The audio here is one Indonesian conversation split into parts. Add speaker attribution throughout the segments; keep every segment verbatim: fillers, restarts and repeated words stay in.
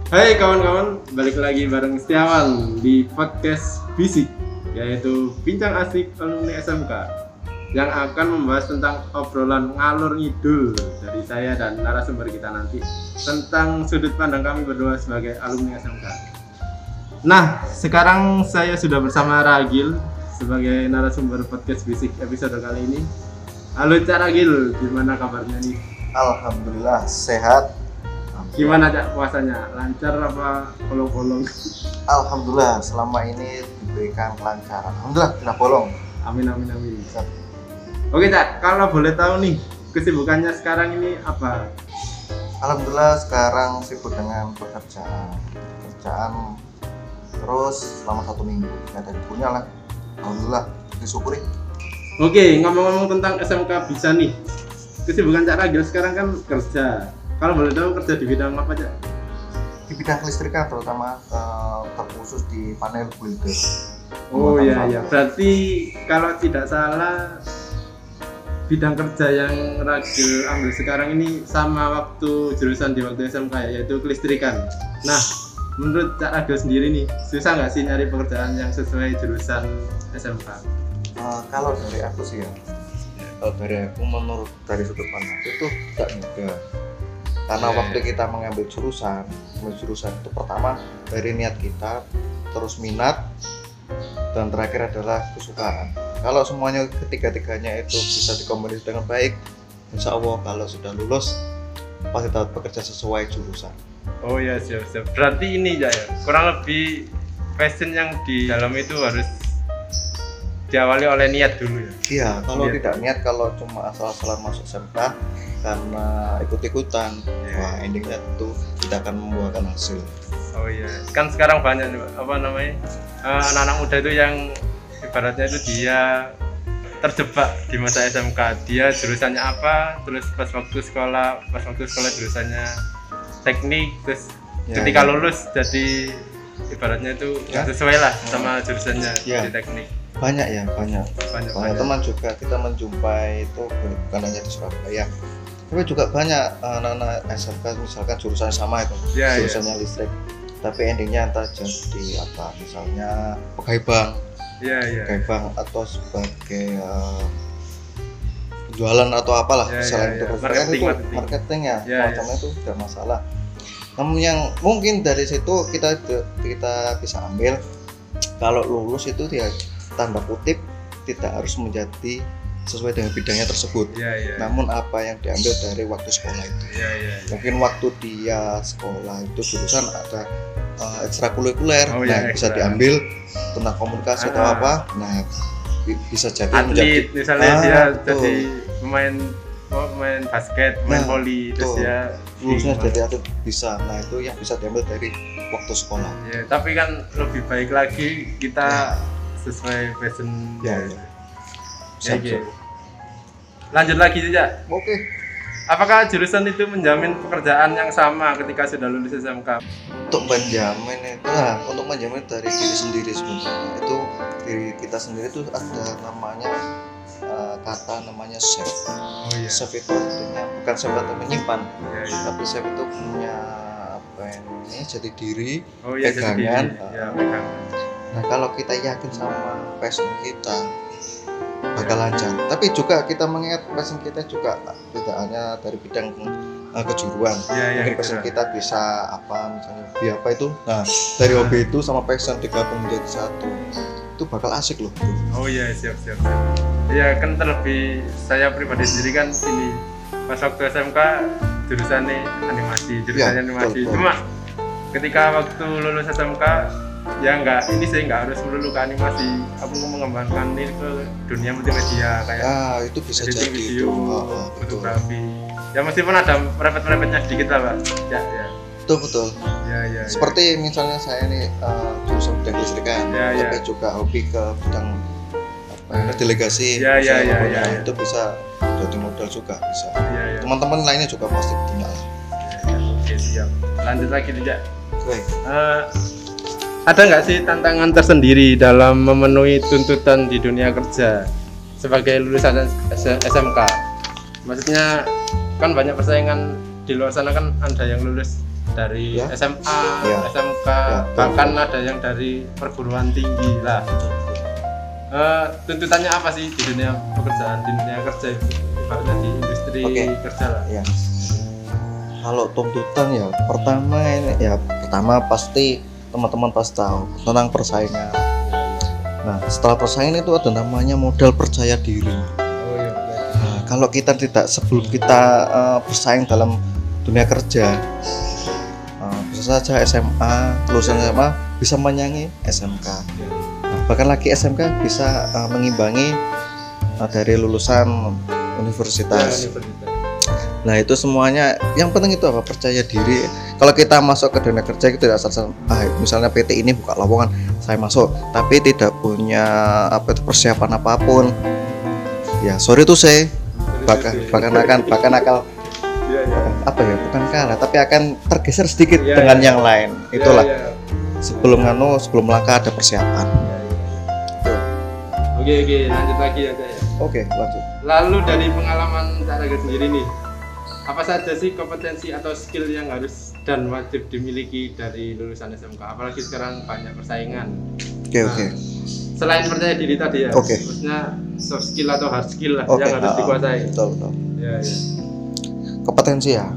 Speaker 1: Hai kawan-kawan, balik lagi bareng Setiawan di podcast Bisik, yaitu bincang asik alumni S M K yang akan membahas tentang obrolan ngalur ngidul dari saya dan narasumber kita nanti tentang sudut pandang kami berdua sebagai alumni S M K. Nah, sekarang saya sudah bersama Ragil sebagai narasumber podcast Bisik episode kali ini. Halo Cak Ragil, gimana kabarnya nih?
Speaker 2: Alhamdulillah sehat.
Speaker 1: Gimana Cak puasanya? Lancar apa bolong-bolong?
Speaker 2: Alhamdulillah selama ini diberikan kelancaran. Alhamdulillah tidak bolong.
Speaker 1: Amin amin amin. Oke Cak, kalau boleh tahu nih kesibukannya sekarang ini apa?
Speaker 2: Alhamdulillah sekarang sibuk dengan pekerjaan. Pekerjaan terus selama satu minggu. Nggak ada punya lah. Alhamdulillah disyukuri.
Speaker 1: Oke, ngomong-ngomong tentang S M K bisa nih. Kesibukan Cak Ragil sekarang kan kerja. Kalau boleh tahu kerja di bidang apa aja?
Speaker 2: Di bidang kelistrikan terutama uh, terkhusus di panel builder.
Speaker 1: Oh iya iya. Berarti kalau tidak salah bidang kerja yang Ragil ambil sekarang ini sama waktu jurusan di waktu S M K ya, yaitu kelistrikan. Nah, menurut Cak Ragil sendiri nih, susah nggak sih nyari pekerjaan yang sesuai jurusan S M K?
Speaker 2: Uh, kalau dari aku sih ya, kalau dari aku menurut dari sudut pandang itu tidak mudah. Karena yeah. waktu kita mengambil jurusan, mengambil jurusan itu pertama dari niat kita, terus minat, dan terakhir adalah kesukaan. Kalau semuanya ketiga-tiganya itu bisa dikombinasi dengan baik, insya Allah kalau sudah lulus pasti dapat bekerja sesuai jurusan.
Speaker 1: Oh ya siap siap. Berarti ini ya, kurang lebih passion yang di dalam itu harus diawali oleh niat dulu ya.
Speaker 2: Iya, kalau
Speaker 1: niat.
Speaker 2: tidak niat, kalau cuma asal-asalan masuk S M K karena ikut-ikutan, yeah. wah endingnya tentu tidak akan membuahkan hasil.
Speaker 1: Oh iya, kan sekarang banyak apa namanya uh, anak-anak muda itu yang ibaratnya itu dia terjebak di masa S M K. Dia jurusannya apa, terus pas waktu sekolah, pas waktu sekolah jurusannya teknik, terus yeah, ketika yeah. lulus jadi ibaratnya itu nggak yeah. sesuai lah sama jurusannya yeah. di teknik.
Speaker 2: Banyak ya, banyak.
Speaker 1: Banyak,
Speaker 2: banyak
Speaker 1: banyak.
Speaker 2: Teman juga kita menjumpai itu bukan hanya di Surabaya, tapi juga banyak anak-anak S M K misalkan jurusan sama itu, ya, jurusannya ya. listrik, tapi endingnya entah jadi apa, misalnya pegawai bank,
Speaker 1: ya, ya.
Speaker 2: pegawai bank atau sebagai uh, jualan atau apalah,
Speaker 1: ya,
Speaker 2: misalnya
Speaker 1: ya, ya.
Speaker 2: itu
Speaker 1: marketing,
Speaker 2: itu
Speaker 1: marketing.
Speaker 2: marketing ya,
Speaker 1: ya
Speaker 2: macamnya
Speaker 1: ya.
Speaker 2: itu tidak masalah. Namun yang mungkin dari situ kita kita bisa ambil kalau lulus itu dia tanda kutip tidak harus menjadi sesuai dengan bidangnya tersebut.
Speaker 1: Ya, ya.
Speaker 2: Namun apa yang diambil dari waktu sekolah itu.
Speaker 1: Ya, ya, ya.
Speaker 2: Mungkin waktu dia sekolah itu jurusan ada uh, ekstrakurikuler, oh, nah ya, bisa ekstra. diambil tentang komunikasi ah. atau apa. Nah, bisa jadi
Speaker 1: atlet
Speaker 2: menjadi,
Speaker 1: misalnya
Speaker 2: ah,
Speaker 1: dia
Speaker 2: tuh.
Speaker 1: jadi pemain oh, pemain basket, pemain nah, voli, terus ya
Speaker 2: lulusnya jadi atlet bisa. Nah, itu yang bisa diambil dari waktu sekolah.
Speaker 1: Ya, tapi kan lebih baik lagi kita ya. sesuai passion
Speaker 2: ya, ya.
Speaker 1: ya gitu. Lanjut lagi saja.
Speaker 2: Oke. Okay.
Speaker 1: Apakah jurusan itu menjamin pekerjaan yang sama ketika sudah lulus S M K?
Speaker 2: Untuk menjamin itu, nah, untuk menjamin dari diri sendiri sebenarnya itu diri kita sendiri itu ada namanya uh, kata namanya save.
Speaker 1: Oh iya.
Speaker 2: Save itu artinya bukan save atau menyimpan,
Speaker 1: ya, ya.
Speaker 2: tapi save itu punya apa ini jadi diri,
Speaker 1: oh, iya,
Speaker 2: pegangan.
Speaker 1: jadi diri. Ya, pegangan.
Speaker 2: Nah kalau kita yakin sama passion kita bakal lancar. Tapi juga kita mengingat passion kita juga tidak hanya dari bidang uh, kejuruan.
Speaker 1: Ya, ya,
Speaker 2: mungkin passion kita bisa apa misalnya hobi apa itu. Nah dari hobi itu sama passion digabung menjadi satu. Itu bakal asik loh.
Speaker 1: Oh iya siap siap. siap. Ya kan terlebih saya pribadi sendiri kan ini pas waktu S M K jurusannya animasi, jurusannya ya, animasi. Betul, Cuma betul. ketika waktu lulus S M K ya enggak, ini saya enggak harus melulu ke animasi, aku mau mengembangkan ini ke dunia multimedia kayak
Speaker 2: ah, itu bisa
Speaker 1: editing
Speaker 2: jadi
Speaker 1: video,
Speaker 2: oh, oh,
Speaker 1: fotografi ya meskipun ada merepet-merepetnya sedikit lah Pak ya ya
Speaker 2: betul betul
Speaker 1: ya, ya,
Speaker 2: seperti
Speaker 1: ya.
Speaker 2: misalnya saya nih uh, jurusan bidang kelistrikan
Speaker 1: ya,
Speaker 2: tapi
Speaker 1: ya.
Speaker 2: juga hobi ke bidang apa, delegasi
Speaker 1: ya, ya, ya, ya, ya.
Speaker 2: itu bisa jadi modal juga bisa
Speaker 1: ya, ya.
Speaker 2: teman-teman lainnya juga pasti punya lah
Speaker 1: ya, ya. Oke siap, lanjut lagi nih
Speaker 2: Oke.
Speaker 1: Uh, ada nggak sih tantangan tersendiri dalam memenuhi tuntutan di dunia kerja sebagai lulusan S M K? Maksudnya kan banyak persaingan di luar sana, kan ada yang lulus dari
Speaker 2: Ya.
Speaker 1: S M A,
Speaker 2: Ya.
Speaker 1: S M K,
Speaker 2: Ya,
Speaker 1: bahkan ada yang dari perguruan tinggi lah. Eh, tuntutannya apa sih di dunia pekerjaan, di dunia kerja itu? Ibaratnya di industri
Speaker 2: Oke.
Speaker 1: kerja lah.
Speaker 2: Ya. Kalau tuntutan ya pertama ini ya pertama pasti teman-teman pasti tahu tentang persaingan. Nah setelah persaingan itu ada namanya modal percaya diri.
Speaker 1: Oh iya.
Speaker 2: Nah, kalau kita tidak sebelum kita uh, bersaing dalam dunia kerja, uh, bisa saja S M A lulusan S M A bisa menyanyi S M K. Nah, bahkan lagi S M K bisa uh, mengimbangi uh, dari lulusan universitas.
Speaker 1: Ya, universitas.
Speaker 2: Nah itu semuanya yang penting itu apa percaya diri. Kalau kita masuk ke dunia kerja kita tidak asal ah, misalnya P T ini buka lowongan saya masuk tapi tidak punya apa itu persiapan apapun ya sorry tuh saya bahkan bahkan akan bahkan akal
Speaker 1: Iya, iya.
Speaker 2: apa ya bukan kalah tapi akan tergeser sedikit
Speaker 1: Ya,
Speaker 2: dengan
Speaker 1: ya.
Speaker 2: yang lain itulah
Speaker 1: Ya, ya.
Speaker 2: sebelum nganu sebelum langkah ada persiapan.
Speaker 1: Ya, ya. Oke oke lanjut lagi ya Cak ya.
Speaker 2: Oke lanjut.
Speaker 1: Lalu dari pengalaman Cak Raga sendiri nih, apa saja sih kompetensi atau skill yang harus dan wajib dimiliki dari lulusan S M K? Apalagi sekarang banyak persaingan.
Speaker 2: Oke
Speaker 1: Nah,
Speaker 2: oke
Speaker 1: Selain percaya diri tadi ya,
Speaker 2: Oke.
Speaker 1: maksudnya soft skill atau hard skill lah
Speaker 2: oke
Speaker 1: yang harus
Speaker 2: ah,
Speaker 1: dikuasai.
Speaker 2: betul betul.
Speaker 1: Ya, ya.
Speaker 2: Kompetensi ya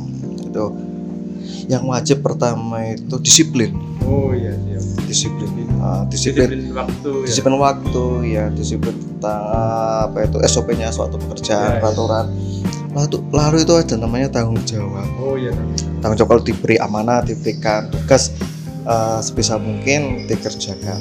Speaker 2: itu yang wajib pertama itu disiplin.
Speaker 1: Oh iya siap.
Speaker 2: disiplin uh, disiplin
Speaker 1: Disiplin waktu ya.
Speaker 2: disiplin waktu ya disiplin tentang uh, apa itu S O P-nya suatu pekerjaan
Speaker 1: Ya, ya.
Speaker 2: peraturan lalu itu, lalu itu ada namanya tanggung jawab
Speaker 1: Oh iya tapi.
Speaker 2: tanggung jawab kalau diberi amanah diberikan tugas uh, sebisa mungkin dikerjakan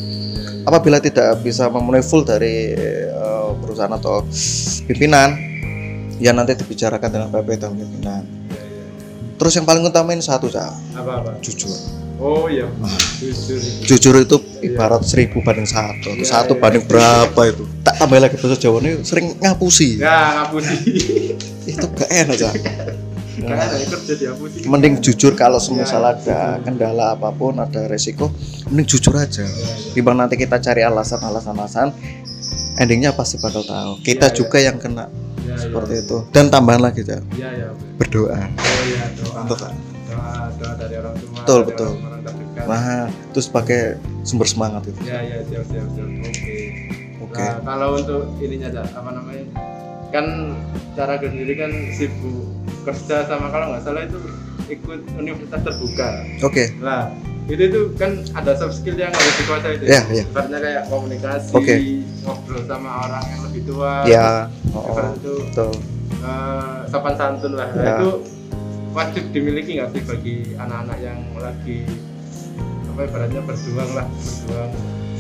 Speaker 2: apabila tidak bisa memenuhi full dari uh, perusahaan atau pimpinan ya nanti dibicarakan dengan P P dan pimpinan.
Speaker 1: Ya, ya.
Speaker 2: Terus yang paling utama ini satu Cak,
Speaker 1: Apa apa?
Speaker 2: jujur.
Speaker 1: Oh iya. Jujur.
Speaker 2: Jujur itu ibarat seribu banding satu,
Speaker 1: Iya,
Speaker 2: satu
Speaker 1: iya.
Speaker 2: banding berapa itu? Tak tambah lagi bahasa Jawa ini sering ngapusi.
Speaker 1: Ya ngapusi.
Speaker 2: Itu gak enak Cak.
Speaker 1: Karena ada yang kerja dihapusi.
Speaker 2: Mending jujur kalau semisal
Speaker 1: Ya,
Speaker 2: ada kendala apapun, ada resiko, mending jujur aja.
Speaker 1: Ya, ya.
Speaker 2: Timbang nanti kita cari alasan-alasan-alasan, endingnya pasti bakal tahu. Kita
Speaker 1: Ya, ya.
Speaker 2: juga yang kena
Speaker 1: Ya,
Speaker 2: seperti
Speaker 1: ya.
Speaker 2: itu. Dan tambahan lagi Cak,
Speaker 1: Iya ya.
Speaker 2: berdoa.
Speaker 1: Oh iya doa.
Speaker 2: Mantap, Pak.
Speaker 1: Doa doa dari orang tua.
Speaker 2: Betul,
Speaker 1: dari
Speaker 2: betul.
Speaker 1: Orang terdekat.
Speaker 2: Nah, itu sebagai sumber semangat itu.
Speaker 1: Ya ya siap siap siap. Oke.
Speaker 2: Oke.
Speaker 1: Nah, kalau untuk ininya Cak, apa namanya? Kan cara gue sendiri kan sibuk kerja sama kalau nggak salah itu ikut universitas terbuka.
Speaker 2: Oke.
Speaker 1: Lah, itu itu kan ada soft skill yang harus dikuasai itu.
Speaker 2: Ya, ya.
Speaker 1: Ibaratnya kayak komunikasi,
Speaker 2: Oke.
Speaker 1: ngobrol sama orang yang lebih tua.
Speaker 2: Ya, oh,
Speaker 1: Ibarat itu
Speaker 2: betul.
Speaker 1: eh, sopan santun lah. Nah,
Speaker 2: Ya.
Speaker 1: itu wajib dimiliki nggak sih bagi anak-anak yang lagi apa ibaratnya berjuang lah, berjuang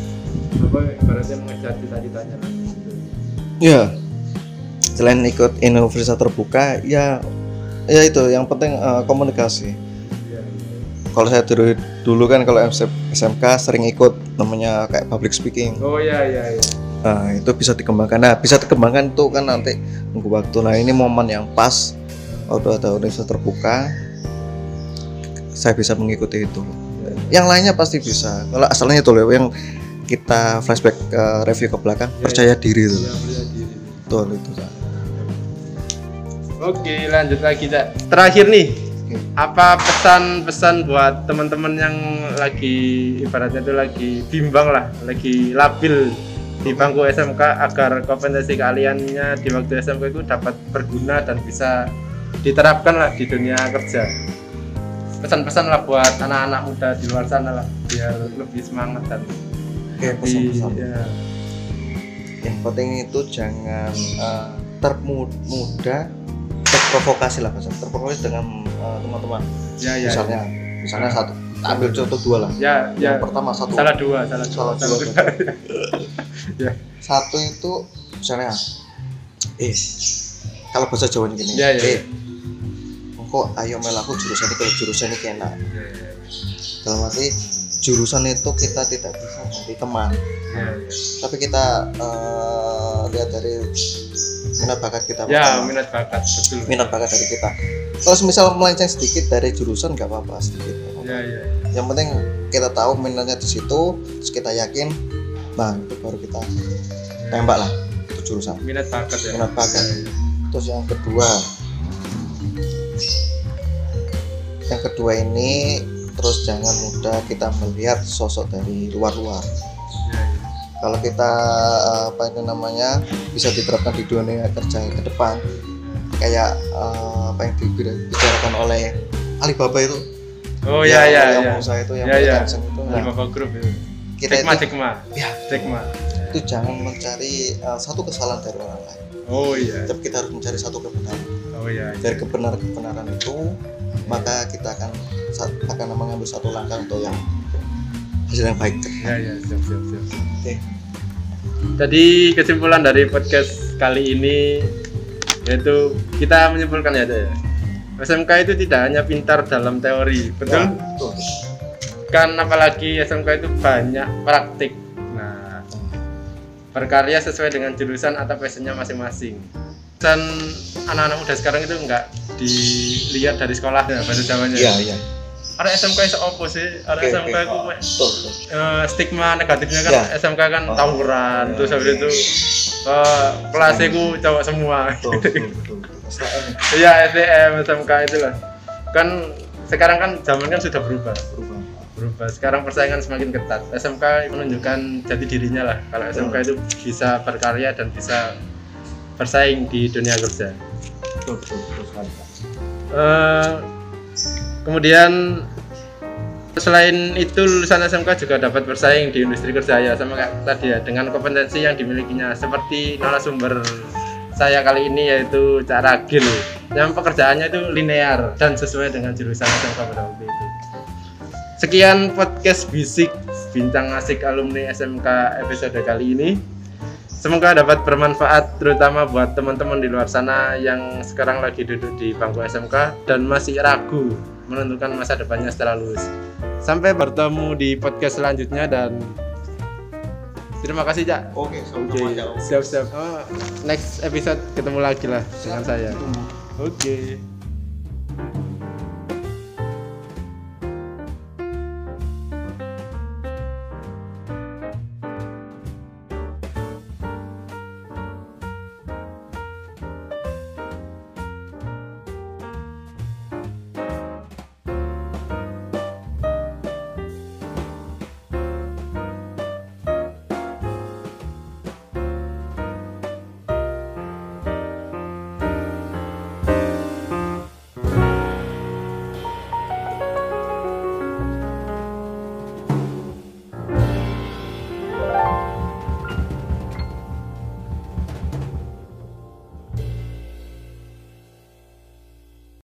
Speaker 1: apa ibaratnya mengejar cita-citanya lah. Gitu.
Speaker 2: Ya, selain ikut universitas terbuka, ya, ya itu yang penting eh, komunikasi.
Speaker 1: Iya, iya.
Speaker 2: Kalau saya dulu, dulu kan kalau S M K sering ikut namanya kayak public speaking.
Speaker 1: Oh iya iya iya.
Speaker 2: Nah, itu bisa dikembangkan. Nah, bisa dikembangkan itu kan nanti nunggu waktu. Nah, ini momen yang pas. Kalau ada universitas terbuka, saya bisa mengikuti itu. Yang lainnya pasti bisa. Kalau asalnya itu loh yang kita flashback ke review ke belakang,
Speaker 1: Ya,
Speaker 2: percaya diri itu.
Speaker 1: Iya, percaya diri.
Speaker 2: Betul itu. Cak.
Speaker 1: Oke, lanjut lagi, Cak. Terakhir nih,
Speaker 2: Oke.
Speaker 1: apa pesan-pesan buat teman-teman yang lagi ibaratnya itu lagi bimbang lah, lagi labil di bangku S M K agar kompetensi keahliannya di waktu S M K itu dapat berguna dan bisa diterapkan lah di dunia kerja. Pesan-pesan lah buat anak-anak muda di luar sana lah biar lebih semangat dan
Speaker 2: Oke,
Speaker 1: lebih
Speaker 2: pesan-pesan.
Speaker 1: ya,
Speaker 2: Yang penting itu jangan uh, termudah terprovokasi lah bahasa terprovokasi dengan uh, teman-teman.
Speaker 1: ya, ya,
Speaker 2: misalnya, misalnya satu, ambil contoh dua lah.
Speaker 1: ya, ya,
Speaker 2: Yang pertama satu,
Speaker 1: salah dua, salah dua,
Speaker 2: Salah dua.
Speaker 1: ya,
Speaker 2: satu itu misalnya, eh, kalau bahasa Jawa gini,
Speaker 1: Ya, ya,
Speaker 2: eh, kok ayo melaku jurusan ini kalau jurusan ini enak. Dalam arti jurusan itu kita tidak bisa dari teman,
Speaker 1: ya,
Speaker 2: tapi kita uh, lihat dari minat bakat kita.
Speaker 1: ya,
Speaker 2: pertama.
Speaker 1: minat bakat betul.
Speaker 2: minat bakat dari kita. Kalau misal melenceng sedikit dari jurusan nggak apa-apa sedikit.
Speaker 1: Ya, ya,
Speaker 2: Yang penting kita tahu minatnya di situ, terus kita yakin, nah itu baru kita tembak lah itu jurusan.
Speaker 1: minat bakat ya.
Speaker 2: Minat bakat.
Speaker 1: Ya, ya.
Speaker 2: Terus yang kedua, yang kedua ini terus jangan mudah kita melihat sosok dari luar-luar.
Speaker 1: Ya, ya.
Speaker 2: Kalau kita apa itu namanya bisa diterapkan di dunia kerja ke depan, kayak uh, apa yang dibicarakan oleh Alibaba itu.
Speaker 1: Oh ya ya
Speaker 2: yang
Speaker 1: ya.
Speaker 2: pengusaha itu yang
Speaker 1: Ya, ya.
Speaker 2: Tencent itu. Nah,
Speaker 1: Alibaba Group itu.
Speaker 2: kita
Speaker 1: Jack Ma,
Speaker 2: itu
Speaker 1: Jack Ma.
Speaker 2: ya
Speaker 1: Jack Ma.
Speaker 2: itu jangan mencari uh, satu kesalahan dari orang lain,
Speaker 1: Oh iya.
Speaker 2: tapi kita harus mencari satu kebenaran.
Speaker 1: Oh iya.
Speaker 2: Dari kebenaran-kebenaran itu maka kita akan akan mengambil satu langkah untuk yang hasil yang baik.
Speaker 1: Ya ya, siap siap siap.
Speaker 2: Oke.
Speaker 1: Jadi kesimpulan dari podcast kali ini yaitu kita menyimpulkan ya, ya. S M K itu tidak hanya pintar dalam teori, betul?
Speaker 2: Ya, betul.
Speaker 1: Kan apalagi S M K itu banyak praktik. Nah, berkarya sesuai dengan jurusan atau passionnya masing-masing. Dan anak-anak muda sekarang itu enggak dilihat dari sekolahnya, bahasa Jawanya.
Speaker 2: Iya, iya.
Speaker 1: Ada S M K iso opo sih? Ada
Speaker 2: Oke,
Speaker 1: S M K
Speaker 2: oke.
Speaker 1: itu
Speaker 2: Oh, betul, betul.
Speaker 1: eh, stigma negatifnya kan
Speaker 2: Ya.
Speaker 1: S M K kan
Speaker 2: Oh,
Speaker 1: tawuran,
Speaker 2: ya,
Speaker 1: terus habis
Speaker 2: ya.
Speaker 1: itu ke kelasnya ku cowok semua.
Speaker 2: Betul, betul, betul, betul. S T M
Speaker 1: Iya, S D M, S M K itulah. Kan sekarang kan zaman kan sudah berubah.
Speaker 2: berubah.
Speaker 1: Berubah. Sekarang persaingan semakin ketat. S M K menunjukkan jati dirinya lah. Kalau S M K itu bisa berkarya dan bisa bersaing di dunia kerja.
Speaker 2: Betul, betul, betul sekali.
Speaker 1: Eh, kemudian selain itu lulusan S M K juga dapat bersaing di industri kerja ya sama kayak tadi ya dengan kompetensi yang dimilikinya seperti narasumber saya kali ini yaitu Cak Ragil yang pekerjaannya itu linear dan sesuai dengan jurusan S M K pada waktu itu. Sekian podcast Bisik Bincang Asik Alumni S M K episode kali ini. Semoga dapat bermanfaat terutama buat teman-teman di luar sana yang sekarang lagi duduk di bangku S M K dan masih ragu menentukan masa depannya setelah lulus. Sampai bertemu di podcast selanjutnya dan terima kasih, Cak.
Speaker 2: Oke,
Speaker 1: Oke, siap-siap. Oh, next episode ketemu lagi lah dengan saya. Oke.